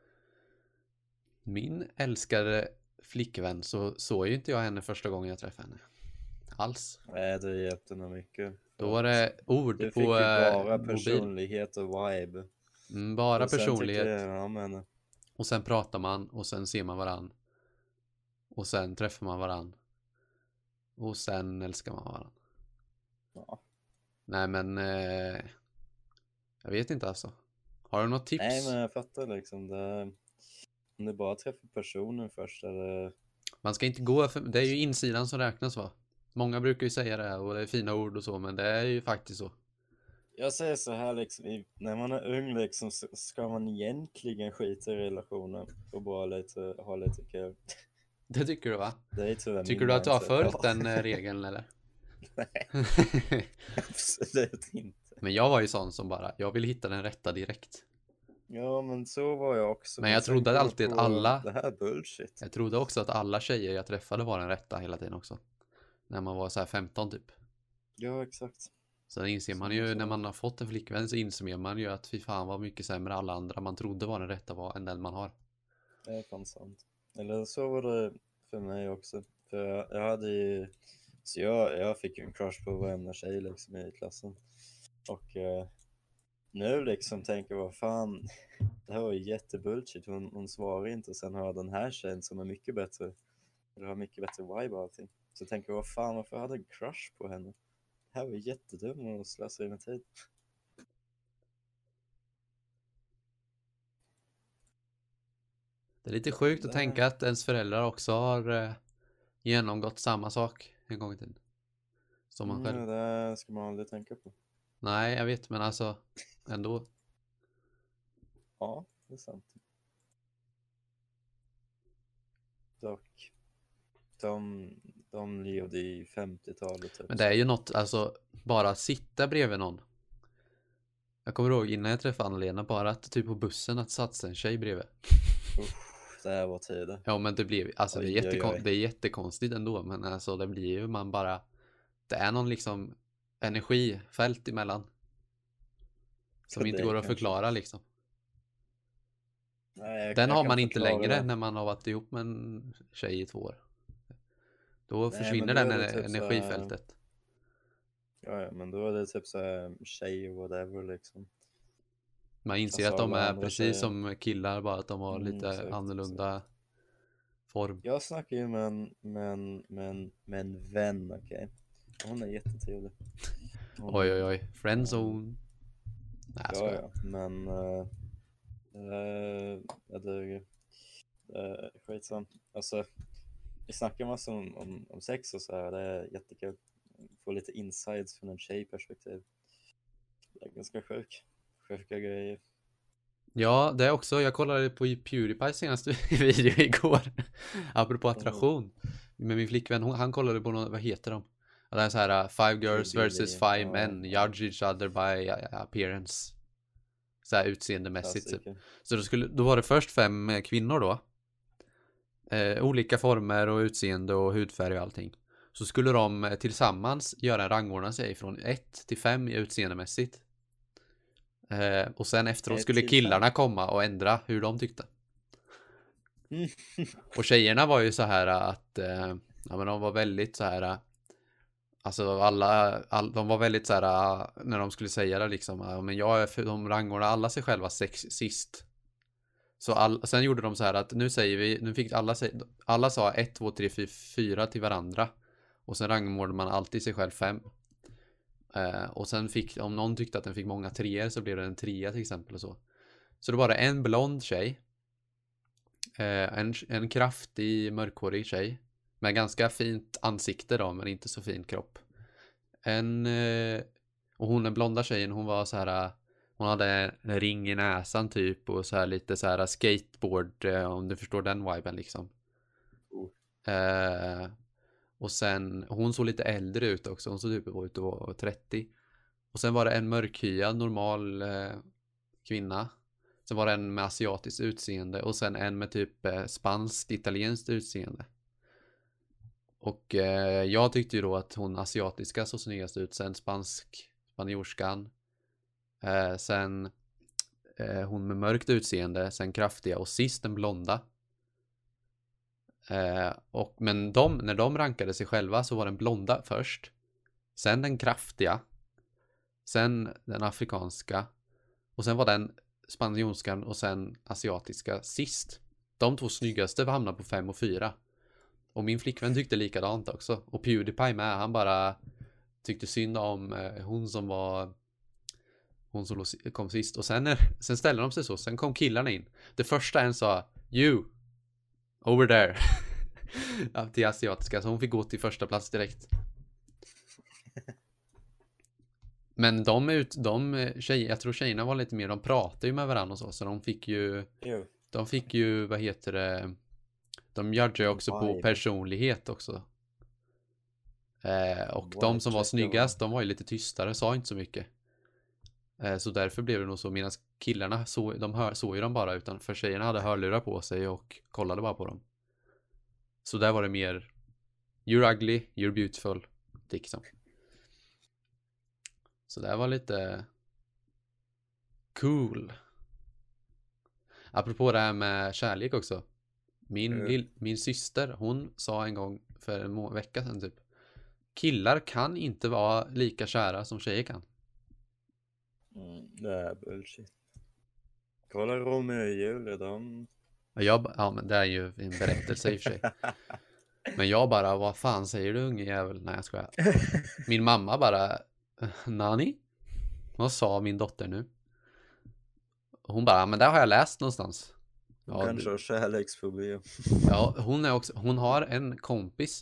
min älskade flickvän så såg ju inte jag henne första gången jag träffade henne. Alls. Nej, det hjälpte nog mycket. Då var det ord du på fick ju bara mobil. personlighet och vibe. Bara och sen personlighet. Jag om henne. Och sen pratar man och sen ser man varann. Och sen träffar man varann. Och sen älskar man varann. Ja. Nej men jag vet inte alltså. Har du något tips? Nej, men jag fattar liksom det. Om du bara träffar personen först eller... Man ska inte gå för... Det är ju insidan som räknas va? Många brukar ju säga det här och det är fina ord och så, men det är ju faktiskt så. Jag säger så här liksom, när man är ung liksom så ska man egentligen skita i relationen och bara ha lite kul. Det tycker du va? Det är tyvärr tycker min du att du har mindset. följt den regeln eller? Nej, absolut inte. Men jag var ju sån som bara, jag vill hitta den rätta direkt. Ja, men så var jag också. Men jag trodde alltid att alla... Det här är bullshit. Jag trodde också att alla tjejer jag träffade var den rätta hela tiden också. När man var så här 15 typ. Ja, exakt. Så inser man ju, när man har fått en flickvän så inser man ju att fy fan vad mycket sämre alla andra man trodde var den rätta var än den man har. Det är fan sant. Eller så var det för mig också. För jag hade ju... Så jag fick ju en crush på varenda tjej liksom i klassen. Och nu liksom tänker jag, vad fan, det här var ju jättebullshit. Hon svarar inte och sen har jag den här tjejen som är mycket bättre. Det har mycket bättre vibe och allting. Så jag tänker, vad fan, varför hade jag en crush på henne? Det här var jättedum och slösa i min tid. Det är lite sjukt att tänka att ens föräldrar också har genomgått samma sak en gång i tiden. Som man själv. Det ska man aldrig tänka på. Nej, jag vet, men alltså ändå. Ja, det är sant. Dock. De levde i 50-talet typ. Men det är ju något, alltså bara sitta bredvid någon. Jag kommer ihåg innan jag träffade Anna-Lena, bara att typ på bussen att satsa en tjej bredvid. Det här var tiden. Ja, men det blev, alltså Oj, det är jättekonstigt ändå, men alltså det blir ju, man bara, det är någon liksom energifält emellan. Som inte går att förklara liksom. Nej, den har man inte längre när man har varit ihop med en tjej i 2 år. Då försvinner den typ energifältet. Ja, men då är det typ så här tjej och whatever liksom. Man inser Alltså, att de är precis tjejer. Som killar, bara att de har lite exakt, annorlunda form. Jag snackar ju med en vän, okej. Hon är jättetrevlig. Oj, friendzone. Nej, ja, men Jag duger. Skitsam. Alltså, vi snackar massa om sex och så här. Det är jättekul. Få lite insights från en tjejperspektiv. Det är ganska sjuka grejer. Ja, det är också. Jag kollade på PewDiePie senaste video igår. Apropå attraktion. Men min flickvän, han kollade på något, vad heter de? Ja, det är så här, 5 girls versus 5 men. Judge each other by appearance. Så här utseendemässigt typ. Så då var det först 5 kvinnor då. Olika former och utseende och hudfärg och allting. Så skulle de tillsammans göra en rangordna sig från 1 till 5 i utseendemässigt. Och sen efteråt skulle killarna komma och ändra hur de tyckte. Och tjejerna var ju så här att ja, men de var väldigt så här, alltså de var väldigt så här när de skulle säga det liksom, ja, men de rangordnade alla sig själva sist. Så sen gjorde de så här att nu fick alla sa 1, 2, 3, 4 till varandra. Och sen rangordnade man alltid sig själv 5. Och sen om någon tyckte att den fick många 3 så blev det en 3 till exempel och så. Så det var en blond tjej. En kraftig mörkhårig tjej. Med ganska fint ansikte då, men inte så fin kropp. Och den blonda tjejen, hon var så här. Hon hade en ring i näsan typ. Och så här lite så här skateboard. Om du förstår den viben liksom. Och sen, hon såg lite äldre ut också. Hon såg typ ut att vara 30. Och sen var det en mörkhyad, normal kvinna. Sen var det en med asiatiskt utseende. Och sen en med typ spanskt, italienskt utseende. Och jag tyckte ju då att hon asiatiska så snyggast ut. Sen spanjorskan. Sen hon med mörkt utseende. Sen kraftiga. Och sist den blonda. Men när de rankade sig själva så var den blonda först. Sen den kraftiga. Sen den afrikanska. Och sen var den spanjonskan och sen asiatiska sist. De 2 snyggaste hamnade på 5 och 4. Och min flickvän tyckte likadant också. Och PewDiePie med, han bara tyckte synd om hon som kom sist. Och sen ställde de sig så. Sen kom killarna in. Det första en sa, you over there. Till asiatiska. Så hon fick gå till första plats direkt. Men jag tror tjejerna var lite mer, de pratade ju med varandra och så de fick ju, vad heter det, de judgar ju också på personlighet också. Och de som var snyggast, de var ju lite tystare, sa inte så mycket. Så därför blev det nog så, medan killarna såg ju dem bara, utan för tjejerna hade hörlurar på sig och kollade bara på dem. Så där var det mer you're ugly, you're beautiful liksom. Så det var lite cool. Apropå det här med kärlek också. Min syster, hon sa en gång för en vecka sedan typ. Killar kan inte vara lika kära som tjejer kan. Det är bullshit. Kolla Romeo och Julia, Ja, men det är ju en berättelse i och för sig. Men jag bara, vad fan säger du unge jävel? Nej, jag skojar. Min mamma bara, Nani? Vad sa min dotter nu? Hon bara, men det har jag läst någonstans. Hon kanske har kärleksproblem. Ja, hon har en kompis.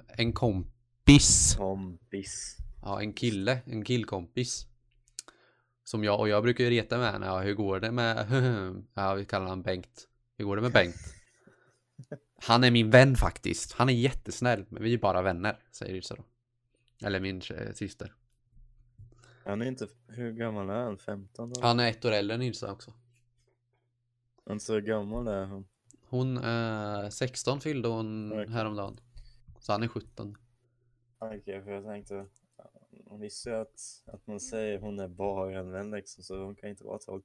Ja, en killkompis. Som jag brukar ju reta med henne. Ja, hur går det med ja, vi kallar han Bengt. Hur går det med Bengt? Han är min vän faktiskt. Han är jättesnäll, men vi är bara vänner, säger Yrsa då. Eller min syster. Han är inte, hur gammal är han? 15 då? Han är 1 år äldre än Yrsa också. Han så gammal är hon. Hon 16 fyllde hon häromdagen. Så han är 17. Okej, för jag tänkte, hon visste ju att man säger hon är bara en vän liksom, så hon kan inte vara 12.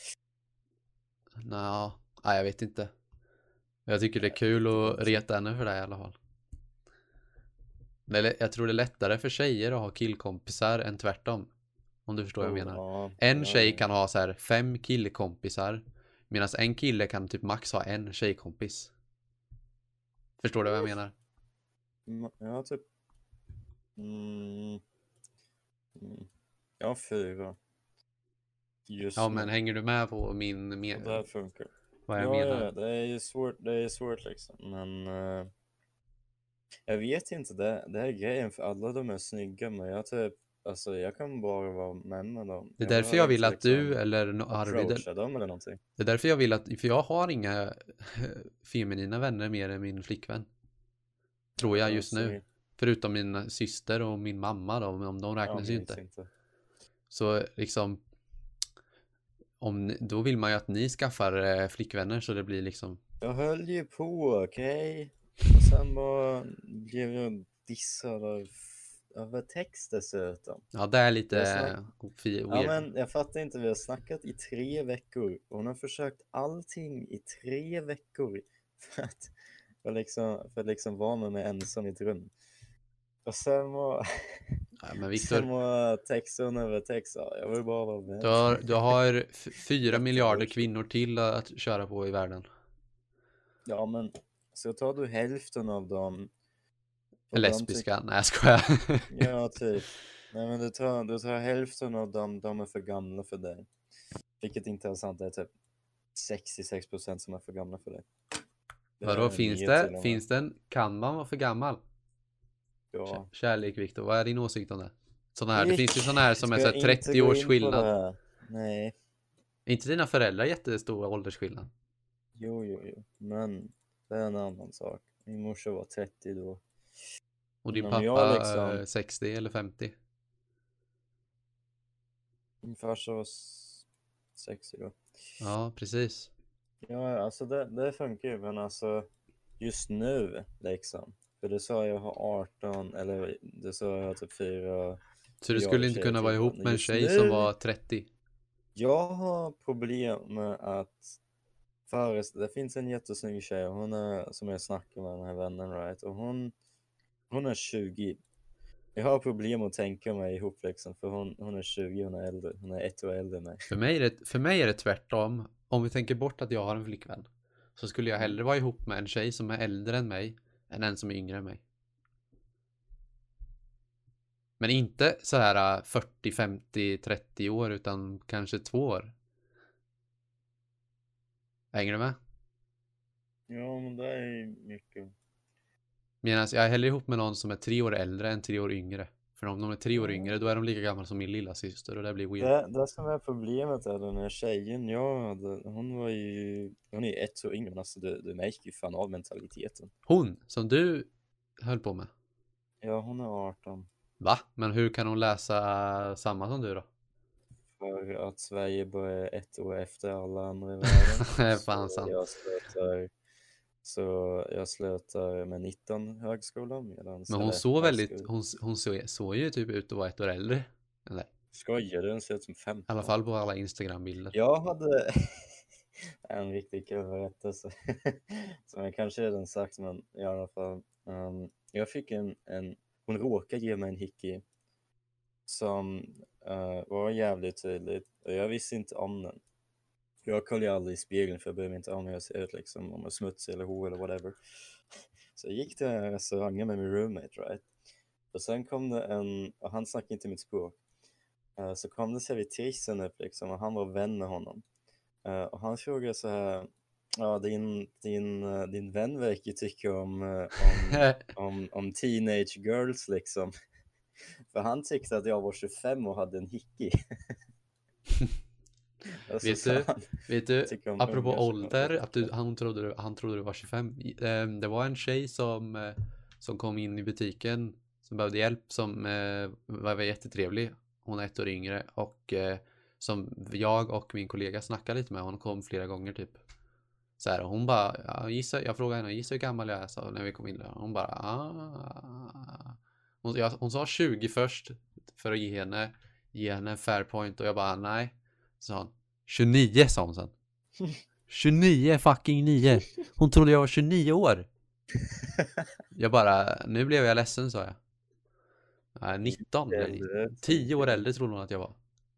Nej, jag vet inte. Jag tycker det är kul att reta henne för det i alla fall. Jag tror det är lättare för tjejer att ha killkompisar än tvärtom. Om du förstår vad jag menar. En tjej kan ha så här 5 killkompisar. Medan en kille kan typ max ha en tjejkompis. Förstår du vad jag menar? Ja, typ. Ja, 4. just Ja, nu. men hänger du med på min Och det här funkar. vad jag menar? Ja, det är ju svårt liksom. Men jag vet inte, det är grejen för alla de är snygga, men jag typ, alltså jag kan bara vara med dem. Det är därför jag vill inte att du liksom eller Arvid, approacha dem eller någonting. det är därför jag vill att, för jag har inga feminina vänner mer än min flickvän. Tror jag just nu. Förutom min syster och min mamma då, om de räknas ju inte. Så liksom, då vill man ju att ni skaffar flickvänner så det blir liksom. Jag höll ju på, okej? Och sen bara blev jag dissad av text dessutom. Ja, det är lite Ja, weird. men jag fattar inte, vi har snackat i 3 veckor. Och hon har försökt allting i 3 veckor för att liksom vara med mig ensam i ett rum. Och sen var Ja, men Victor, texten över text. Ja, jag vill bara vara med. du har 4 miljarder kvinnor till att köra på i världen. Ja, men så tar du hälften av dem. och Lesbiska, nej jag skojar. Ja, typ. Nej, men du tar hälften av dem, de är för gamla för dig. Vilket inte är sant, det är typ 66% som är för gamla för dig. Vadå, finns det kan man vara för gammal? Ja. Kärlek, Victor, vad är din åsikt om det? Det finns ju sådana här som är så Ska här inte 30 gå års in på skillnad. det här. Nej. Är inte dina föräldrar jättestora åldersskillnad? Jo. Men det är en annan sak. Min morsa var 30 då. Och din Men pappa jag liksom- 60 eller 50? Min farsa var 60 då. Ja, precis. Ja, alltså det funkar ju, men alltså just nu liksom. För du sa jag har 18, eller du sa jag har typ 4. Så du skulle inte kunna vara ihop med en Just tjej nu- som var 30? Jag har problem med att det finns en jättesnygg tjej, hon är, som jag snackar med den här vännen, right? Och hon är 20. Jag har problem att tänka mig ihop liksom, för hon är 20, hon är äldre. Hon är 1 år äldre än mig. För mig är det tvärtom. Om vi tänker bort att jag har en flickvän, så skulle jag hellre vara ihop med en tjej som är äldre än mig än en som är yngre än mig. Men inte så här 40, 50, 30 år, utan kanske 2 år. Hänger du med? Ja, men det är ju mycket. Medan jag är hellre ihop med någon som är 3 år äldre än 3 år yngre. För om de är 3 år yngre, då är de lika gamla som min lilla syster och det blir weird. Det som är problemet är den här tjejen hon är 1 år yngre, men alltså du märker ju fan av mentaliteten. Hon, som du höll på med. Ja, hon är 18. Va? Men hur kan hon läsa samma som du då? För att Sverige börjar 1 år efter alla andra i världen. Det är fan sant. Jag slutar med 19 högskolan. Men hon såg ju typ ut att vara 1 år äldre än dig. Skojar du? Den ser ut som 15. I alla fall på alla Instagram-bilder. Jag hade en riktigt kul berättelse som jag kanske redan sagt, men i alla fall. Jag fick hon råkade ge mig en hickey som var jävligt tydligt och jag visste inte om den. Jag kollar ju aldrig i spegeln för jag bryr mig inte om hur jag ser ut liksom, om jag är smutsig eller hår eller whatever. Så jag gick till restaurangen med min roommate, right? Och sen kom det och han snackade inte mitt språk. Så kom det servitrisen upp liksom och han var vän med honom. Och han frågade så här: ja, din vän verkar tycka om teenage girls liksom. För han tyckte att jag var 25 och hade en hickey. Vet du, apropå ålder, att han trodde du var 25. Det var en tjej som kom in i butiken som behövde hjälp, som var jättetrevlig. Hon är 1 år yngre och som jag och min kollega snackade lite med. Hon kom flera gånger typ. Så här, och hon bara, jag frågade henne, gissa hur gammal jag är, så när vi kom in där. Hon bara, hon sa 20 först för att ge henne en fair point, och jag bara, nej. Så hon, 29 sa hon sen. 29 fucking 9. Hon trodde jag var 29 år. Jag bara, nu blev jag ledsen, sa jag. 19. 10 år äldre trodde hon att jag var.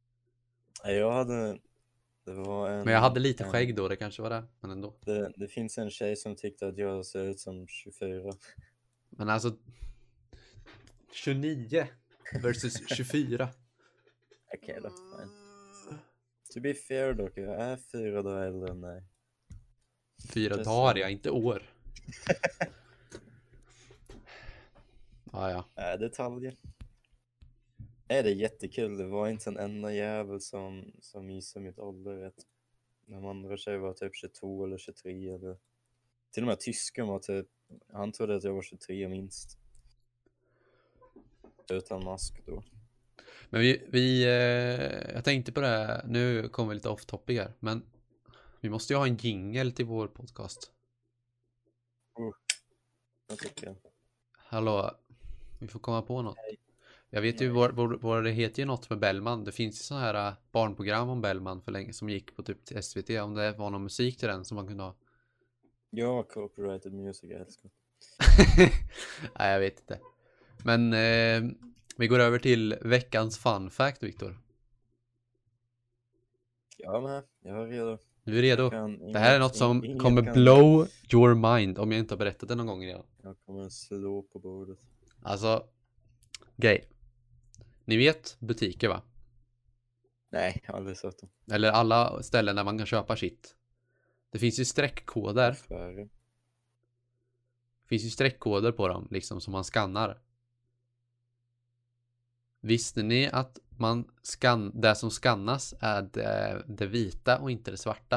Men jag hade lite skägg då, det kanske var det. Men ändå. Det finns en tjej som tyckte att jag ser ut som 24. Men alltså 29 versus 24. Okej, då. To be fair dock, jag är 4 dagar äldre än dig. 4 Det dagar, ser- ja, inte år. Ja. Detaljer. Det är jättekul. Det var inte en enda jävel som gissade mitt ålder rätt. De andra tjejer var typ 22 eller 23 eller... Till och med tysken var typ... Han trodde att jag var 23 minst. Utan mask då. Men jag tänkte på det här, nu kommer vi lite off topic här, men vi måste ju ha en jingle till vår podcast. Jag tycker jag. Hallå, vi får komma på något. Nej. Jag vet ju vad det heter ju något med Bellman. Det finns ju sådana här barnprogram om Bellman för länge som gick på typ till SVT. Om det var någon musik till den som man kunde ha. Ja, copyrighted music, jag älskar. Nej, jag vet inte. Men vi går över till veckans fun fact, Viktor. Ja, men jag är redo. Du är redo? Kan- Det här är något som ingen kommer kan- blow your mind om jag inte har berättat det någon gång redan. Jag kommer slå på bordet. Alltså, grej. Ni vet butiker, va? Nej, jag har aldrig sett dem. Eller alla ställen där man kan köpa shit. Det finns ju streckkoder. Affärer. Det finns ju streckkoder på dem, liksom, som man skannar. Visste ni att det som skannas är det vita och inte det svarta?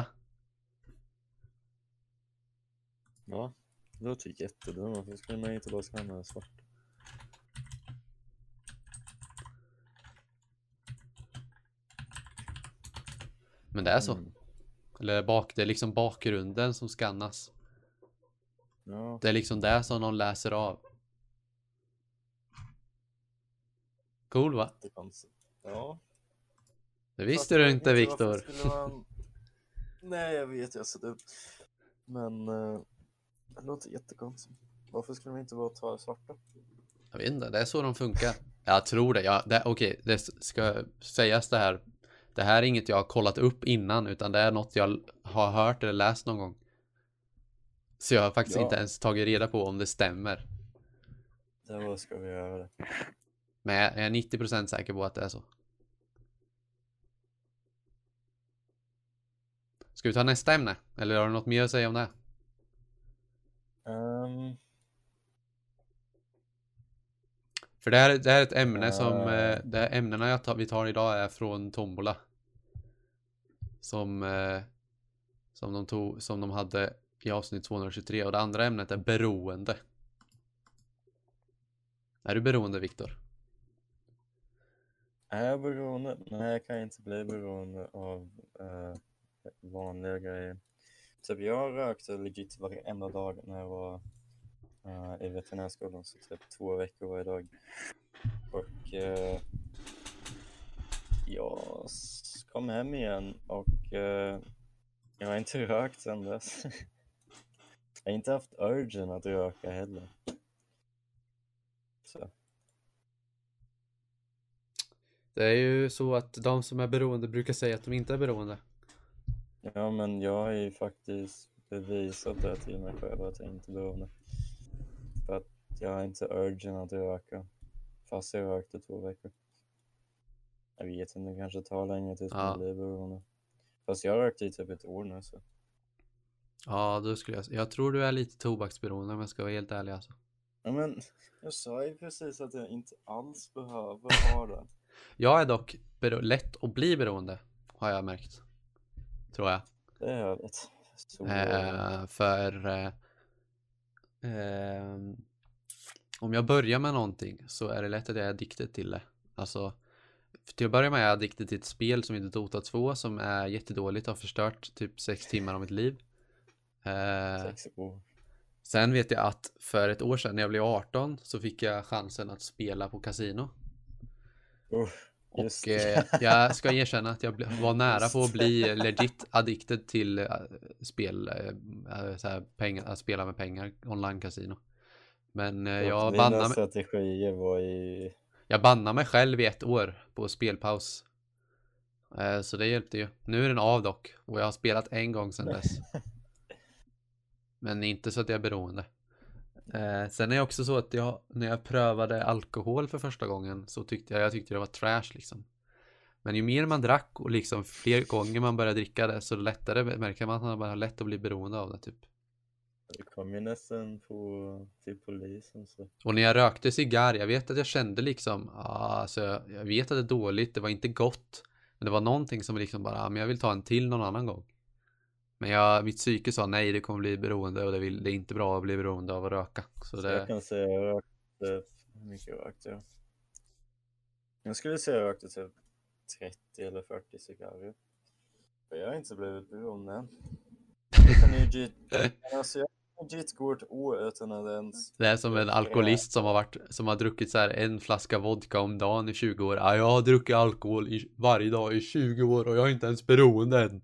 Ja, det låter jättedumt. Varför skulle man inte bara skanna det svart? Men det är så. Mm. Eller det är liksom bakgrunden som skannas. Ja, Det är liksom det som någon läser av. Cool, va? det är konstigt. Ja. Det visste Fast du jag inte, vet varför det Viktor. skulle vara en- Nej, jag vet, jag är så dum. Men det låter jättekonstigt. Varför skulle man inte bara ta det svarta? Jag vet inte, det är så de funkar. Jag tror det. Okej, det ska sägas det här. Det här är inget jag har kollat upp innan, utan det är något jag har hört eller läst någon gång. Så jag har faktiskt Ja. inte ens tagit reda på om det stämmer. Då ska vi göra det. Men jag är 90% säker på att det är så. Ska vi ta nästa ämne? Eller har du något mer att säga om det? För det här är ett ämne som... Det här ämnena vi tar idag är från Tombola. Som de hade i avsnitt 223. Och det andra ämnet är beroende. Är du beroende, Viktor? Är jag beroende? Nej, jag kan inte bli beroende av vanliga grejer. Typ jag rökte legit varenda dag när jag var i veterinärskolan, så typ 2 veckor varje dag. Och jag kom hem igen och jag har inte rökt sedan dess. Jag har inte haft urgen att röka heller. Så. Det är ju så att de som är beroende brukar säga att de inte är beroende. Ja, men jag har ju faktiskt bevisat det till mig själv att jag inte är beroende. För att jag har inte urgen att röka. Fast jag rökte 2 veckor. Jag vet inte, det kanske tar längre tills man blir beroende. Fast jag rökte i typ 1 år nu så. Ja, då skulle jag tror du är lite tobaksberoende om jag ska vara helt ärlig alltså. Ja, men jag sa ju precis att jag inte alls behöver ha det. Jag är dock lätt att bli beroende, har jag märkt. Tror jag. Det är jag vet. Så, om jag börjar med någonting så är det lätt att jag är addicted till det. Alltså, till att börja med är jag addicted till ett spel som heter Dota 2 som är jättedåligt och har förstört typ 6 timmar av mitt liv. 6 år. Sen vet jag att för ett år sedan när jag blev 18 så fick jag chansen att spela på kasino. Och jag ska erkänna att jag var nära på att bli legit addicted till spel, så här, att spela med pengar, online kasino. Men jag bannade mig själv i 1 år på spelpaus. Så det hjälpte ju. Nu är den av dock och jag har spelat 1 gång sedan dess. Men inte så att jag är beroende. Sen är det också så att när jag prövade alkohol för första gången så tyckte jag det var trash liksom. Men ju mer man drack och liksom fler gånger man börjar dricka det, så lättare märker man att man bara har lätt att bli beroende av det typ. Det kom ju nästan till polisen så. Och när jag rökte cigarr, jag vet att jag kände liksom, alltså jag vet att det är dåligt, det var inte gott. Men det var någonting som liksom bara, men jag vill ta en till någon annan gång. Men mitt psyke sa nej, det kommer bli beroende och det är inte bra att bli beroende av att röka. Så det... Jag kan säga jag rökte, hur mycket rökte jag? Jag skulle säga jag rökte typ 30 eller 40 cigarrer. För jag har inte blivit beroende än. Alltså jag kan inte gå ett år utan att ens... Det är som en alkoholist som har druckit så här en flaska vodka om dagen i 20 år. Ja, jag har druckit alkohol varje dag i 20 år och jag är inte ens beroende än.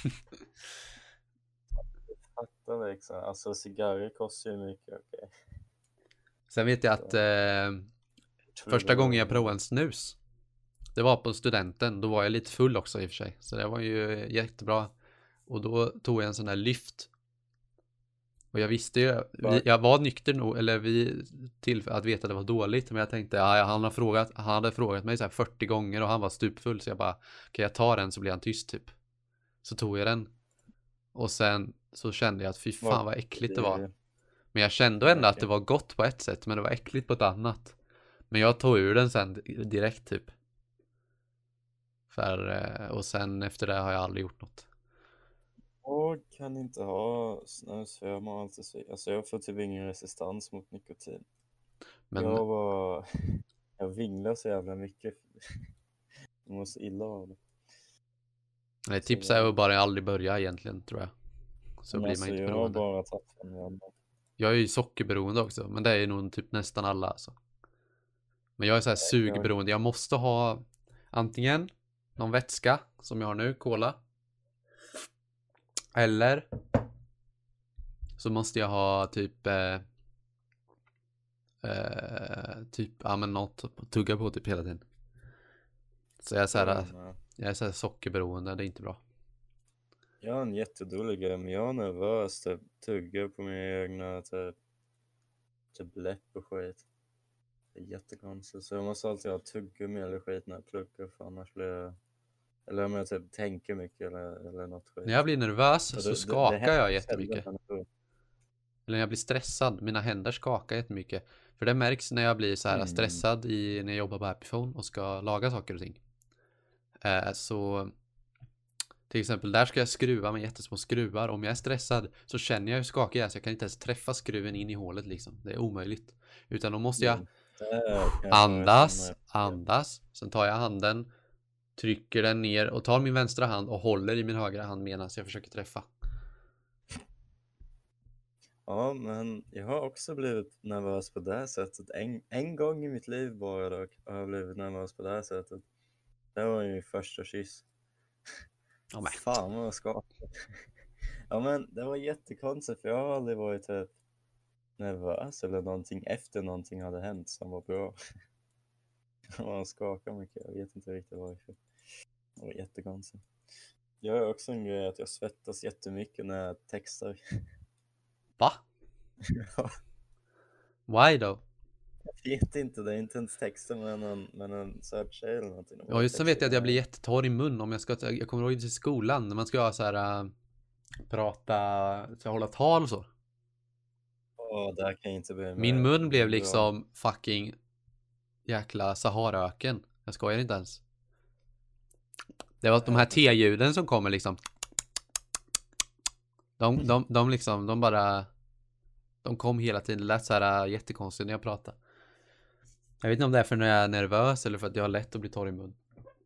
Fattar liksom. Alltså cigarrer kostar ju mycket, okej. Sen vet jag att första gången jag provade en snus, det var på studenten. Då var jag lite full också i och för sig. Så det var ju jättebra. Och då tog jag en sån här lyft. Och jag visste ju, jag var nykter nog, eller till att veta att det var dåligt. Men jag tänkte, han hade frågat mig så här 40 gånger och han var stupfull. Så jag bara, kan jag ta den så blir han tyst typ. Så tog jag den. Och sen så kände jag att fy fan vad äckligt det var. Men jag kände ändå att det var gott på ett sätt, men det var äckligt på ett annat. Men jag tog ur den sen direkt typ. Och sen efter det har jag aldrig gjort något. Jag kan inte ha snus för jag mår alltid så. Alltså jag får typ ingen resistans mot nikotin. Men... Jag vinglar så jävla mycket. Jag mår så illa av det. Nej, tips är att bara aldrig börja egentligen, tror jag. Så blir man inte beroende. Jag har bara tagit den. Jag är ju sockerberoende också, men det är ju nog typ nästan alla alltså. Men jag är så här sugberoende. Jag måste ha antingen någon vätska som jag har nu, cola. Eller så måste jag ha typ men något att tugga på typ hela tiden. Så jag är så här sockerberoende, det är inte bra. Jag har en jättedålig grej, men jag är nervös typ tugga på mina egna typ läpp och skit. Det är jättekonstigt. Så jag måste alltid ha tuggummi eller skit när jag pluggar, för annars blir jag... Eller om jag typ tänker mycket eller något skit. När jag blir nervös så skakar jag jättemycket. Eller när jag blir stressad, mina händer skakar jättemycket. För det märks när jag blir så här stressad när jag jobbar på Happyphone och ska laga saker och ting. Så till exempel där ska jag skruva med jättesmå skruvar. Om jag är stressad så känner jag hur skakig jag är, så jag kan inte ens träffa skruven in i hålet liksom. Det är omöjligt. Utan då måste jag andas. Sen tar jag handen, trycker den ner och tar min vänstra hand och håller i min högra hand medan jag försöker träffa. Ja, men jag har också blivit nervös på det här sättet. En gång i mitt liv bara dock har jag blivit nervös på det här sättet. Det var ju min första kyss. Fan vad jag skakade. Ja, men det var jättekonstigt, för jag har aldrig varit typ nervös eller någonting efter någonting hade hänt som var bra. Man skakar mycket, jag vet inte riktigt varför. Det var jättekonstigt. Jag har också en grej att jag svettas jättemycket när jag textar. Va? Ja. Why då? Jag vet inte, det är inte ens texten men en söt tjej eller någonting. Ja, just så vet jag att jag blir jättetorr i mun om jag kommer ihåg till skolan när man ska ha så här prata, så hålla tal och så. Där kan jag inte bli med. Min mun blev liksom fucking jäkla Saharaöken. Jag skojar inte ens. Det var de här T-ljuden som kommer liksom. De liksom, de kom hela tiden. Det lät så här jättekonstigt när jag pratade. Jag vet inte om det är för när jag är nervös eller för att jag har lätt att bli torr i mun.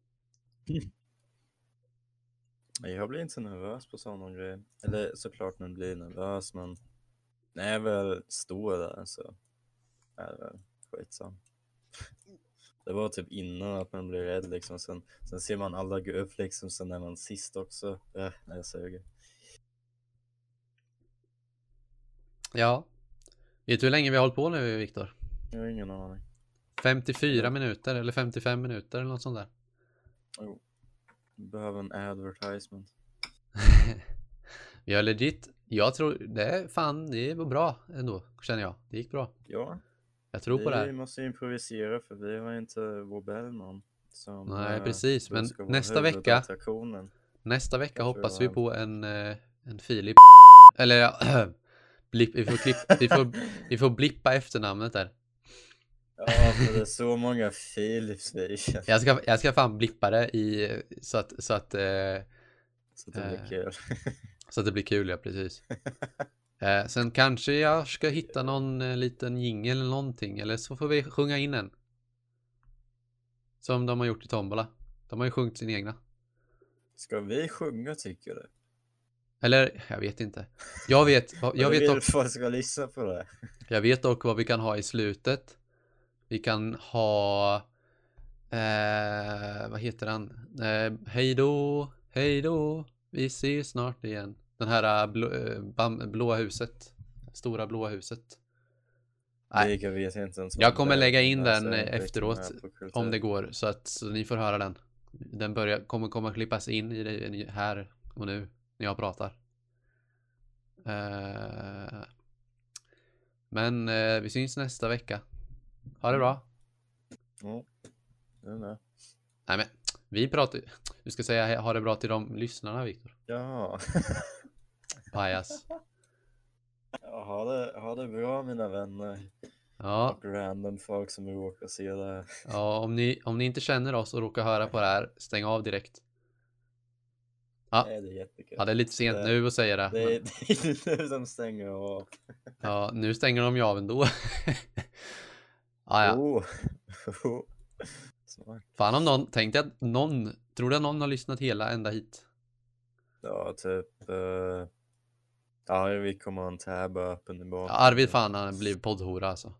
Jag blir inte så nervös på sådana grejer. Eller såklart man blir nervös, men när jag väl står där så är det väl skitsam. Det var typ innan att man blir rädd liksom. Sen ser man alla gå upp liksom. Sen är man sist också. När jag suger. Ja. Vet du hur länge vi har hållit på nu, Viktor? Jag har ingen aning. 54 minuter eller 55 minuter eller något sånt där. Jo. Behöver en advertisement. Vi har legit. Jag tror det var bra ändå, känner jag. Det gick bra. Ja. Jag tror på det här. Vi måste improvisera för vi har inte vår Bellman. Som, Nej, precis. då Men ska vara nästa vecka huvudattraktionen. Nästa vecka Jag tror hoppas det vi var- på en Filip. Eller ja, vi får blippa efternamnet där. Ja, för det är så många Philips vi känner. Jag ska fan blippa det så att Så att det blir kul. så att det blir kul, ja, precis. Sen kanske jag ska hitta någon liten jingle eller någonting, eller så får vi sjunga in en. Som de har gjort i Tombola. De har ju sjungit sin egna. Ska vi sjunga, tycker du? Eller, jag vet inte. Jag vet vill dock, folk ska lyssna på det. jag vet dock vad vi kan ha i slutet. Vi kan ha vad heter han? Hej då, vi ses snart igen. Den här blåa huset. Stora blåa huset. Nej, Jag vet inte ens vad jag kommer det är, lägga in men den alltså, jag är efteråt riktigt med på kultur. om det går, så ni får höra den. Den kommer klippas in i det här och nu när jag pratar. Men vi syns nästa vecka. Ha det bra. Ja, det är med. Nej, men vi pratar. Du ska säga ha det bra till de lyssnarna, Viktor. Ja. Pajas. Ja, ha det bra, mina vänner. Ja, Och random folk som råkar se det. ja, om ni inte känner oss och råkar höra på det här, stäng av direkt. Ja. Nej, det är jättekul. Ja, det är lite sent nu att säga det. Det är nu de stänger av. Ja, nu stänger de ju av ändå. Ja. Oh. Smart. Fan, om någon, tänkte att tror du att någon har lyssnat hela ända hit? Ja, typ. Ja, vi kommer ha en tab öppen i Ja, baken. Arvid, fan, han blir poddhora alltså.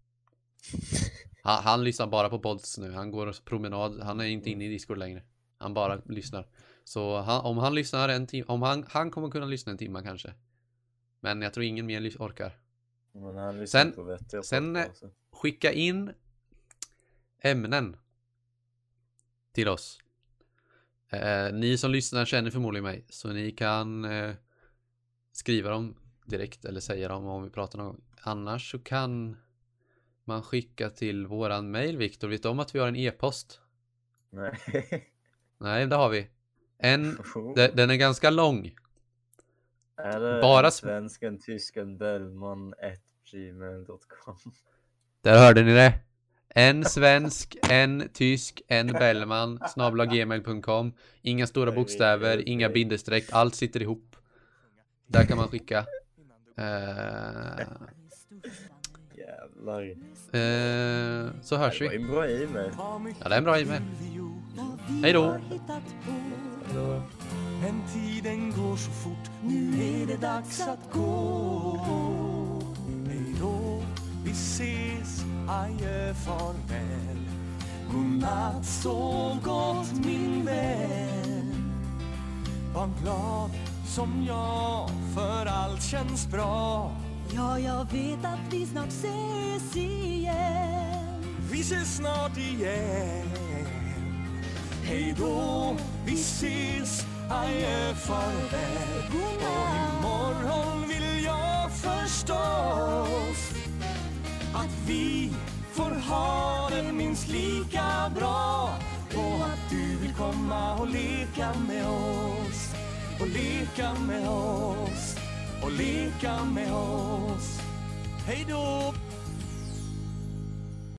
Han lyssnar bara på pods nu. Han går promenad. Han är inte inne i Discord längre. Han bara lyssnar. Så om han lyssnar en timme, han kommer kunna lyssna en timme kanske. Men jag tror ingen mer orkar. Men han lyssnar Sen- på vettiga sen- podcaster. Skicka in ämnen till oss. Ni som lyssnar känner förmodligen mig, så ni kan skriva dem direkt eller säga dem om vi pratar någon gång. Annars så kan man skicka till våran mail. Viktor, vet du om att vi har en e-post? Nej. Nej, det har vi. Oh. Den är ganska lång. Är det Bara svensken, tysken, bellman@gmail.com? Där hörde ni det. En svensk, en tysk, en Bellman @gmail.com. Inga stora bokstäver, inga bindestreck, allt sitter ihop. Där kan man skicka. Jävlar. Så hörs Det var vi. en bra e-mail. Ja, det är en bra e-mail. Hej då. Hallå. Men tiden går så fort, nu är det dags att gå. Hej då, vi ses, adjö, farväl. Godnatt, sov gott min vän. Var glad som jag, för allt känns bra. Ja, jag vet att vi snart ses igen. Vi ses snart igen. Hej då, vi ses, adjö, farväl. Och imorgon vill jag förstås att vi får ha det minst lika bra. Och att du vill komma och leka med oss. Och leka med oss. Och leka med oss. Hej då.